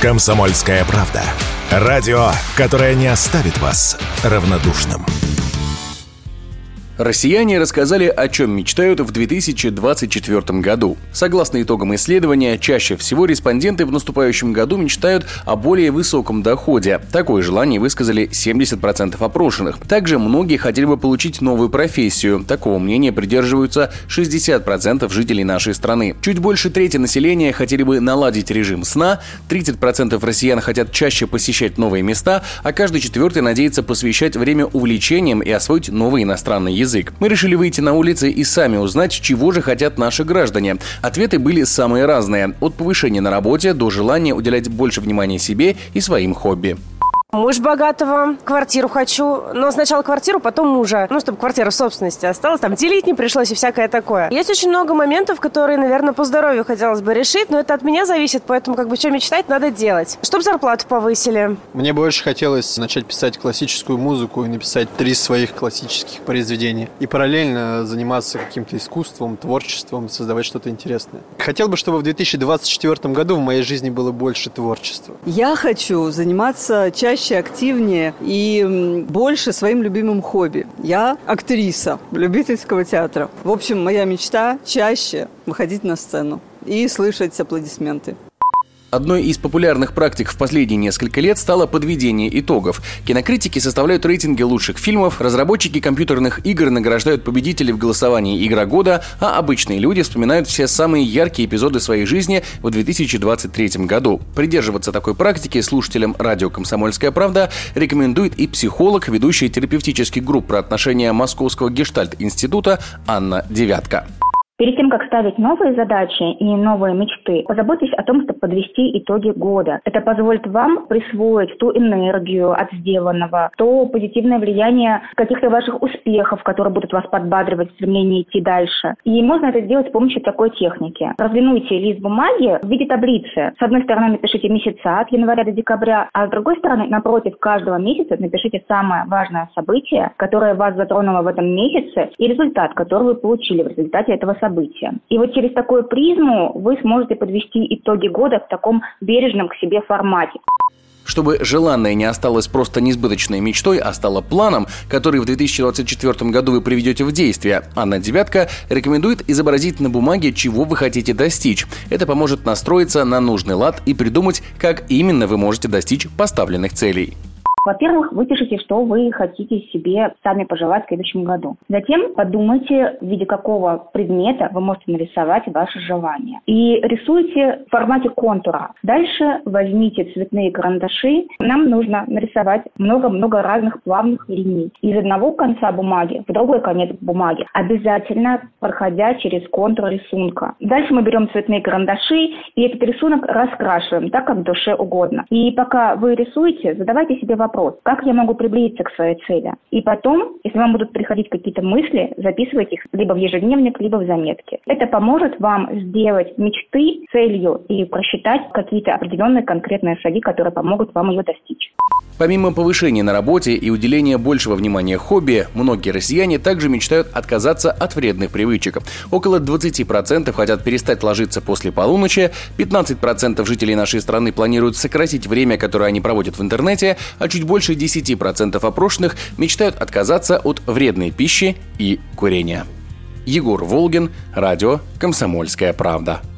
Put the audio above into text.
«Комсомольская правда». Радио, которое не оставит вас равнодушным. Россияне рассказали, о чем мечтают в 2024 году. Согласно итогам исследования, чаще всего респонденты в наступающем году мечтают о более высоком доходе. Такое желание высказали 70% опрошенных. Также многие хотели бы получить новую профессию. Такого мнения придерживаются 60% жителей нашей страны. Чуть больше трети населения хотели бы наладить режим сна, 30% россиян хотят чаще посещать новые места, а каждый четвертый надеется посвящать время увлечениям и освоить новый иностранный язык. Мы решили выйти на улицы и сами узнать, чего же хотят наши граждане. Ответы были самые разные. От повышения на работе до желания уделять больше внимания себе и своим хобби. Муж богатого, квартиру хочу, но сначала квартиру, потом мужа. Чтобы квартира в собственности осталась, делить не пришлось и всякое такое. Есть очень много моментов, которые, наверное, по здоровью хотелось бы решить, но это от меня зависит, поэтому что мечтать, надо делать. Чтобы зарплату повысили. Мне больше хотелось начать писать классическую музыку и написать 3 своих классических произведения. И параллельно заниматься каким-то искусством, творчеством, создавать что-то интересное. Хотел бы, чтобы в 2024 году в моей жизни было больше творчества. Я хочу заниматься чаще, активнее и больше своим любимым хобби. Я актриса любительского театра. В общем, моя мечта чаще выходить на сцену и слышать аплодисменты. Одной из популярных практик в последние несколько лет стало подведение итогов. Кинокритики составляют рейтинги лучших фильмов, разработчики компьютерных игр награждают победителей в голосовании «Игра года», а обычные люди вспоминают все самые яркие эпизоды своей жизни в 2023 году. Придерживаться такой практики слушателям радио «Комсомольская правда» рекомендует и психолог, ведущая терапевтических групп про отношения Московского гештальт-института Анна Девятка. Перед тем, как ставить новые задачи и новые мечты, позаботьтесь о том, чтобы подвести итоги года. Это позволит вам присвоить ту энергию от сделанного, то позитивное влияние каких-то ваших успехов, которые будут вас подбадривать в стремлении идти дальше. И можно это сделать с помощью такой техники. Разверните лист бумаги в виде таблицы. С одной стороны напишите месяца от января до декабря, а с другой стороны напротив каждого месяца напишите самое важное событие, которое вас затронуло в этом месяце, и результат, который вы получили в результате этого события. И вот через такую призму вы сможете подвести итоги года в таком бережном к себе формате. Чтобы желанное не осталось просто несбыточной мечтой, а стало планом, который в 2024 году вы приведете в действие, Анна Девятка рекомендует изобразить на бумаге, чего вы хотите достичь. Это поможет настроиться на нужный лад и придумать, как именно вы можете достичь поставленных целей. Во-первых, выпишите, что вы хотите себе сами пожелать в следующем году. Затем подумайте, в виде какого предмета вы можете нарисовать ваше желание. И рисуйте в формате контура. Дальше возьмите цветные карандаши. Нам нужно нарисовать много-много разных плавных линий. Из одного конца бумаги в другой конец бумаги, обязательно проходя через контур рисунка. Дальше мы берем цветные карандаши и этот рисунок раскрашиваем так, как душе угодно. И пока вы рисуете, задавайте себе вопрос: как я могу приблизиться к своей цели? И потом, если вам будут приходить какие-то мысли, записывайте их либо в ежедневник, либо в заметки. Это поможет вам сделать мечты целью и просчитать какие-то определенные конкретные шаги, которые помогут вам ее достичь. Помимо повышения на работе и уделения большего внимания хобби, многие россияне также мечтают отказаться от вредных привычек. Около 20% хотят перестать ложиться после полуночи, 15% жителей нашей страны планируют сократить время, которое они проводят в интернете, а чуть больше 10% опрошенных мечтают отказаться от вредной пищи и курения. Егор Волгин, радио «Комсомольская правда».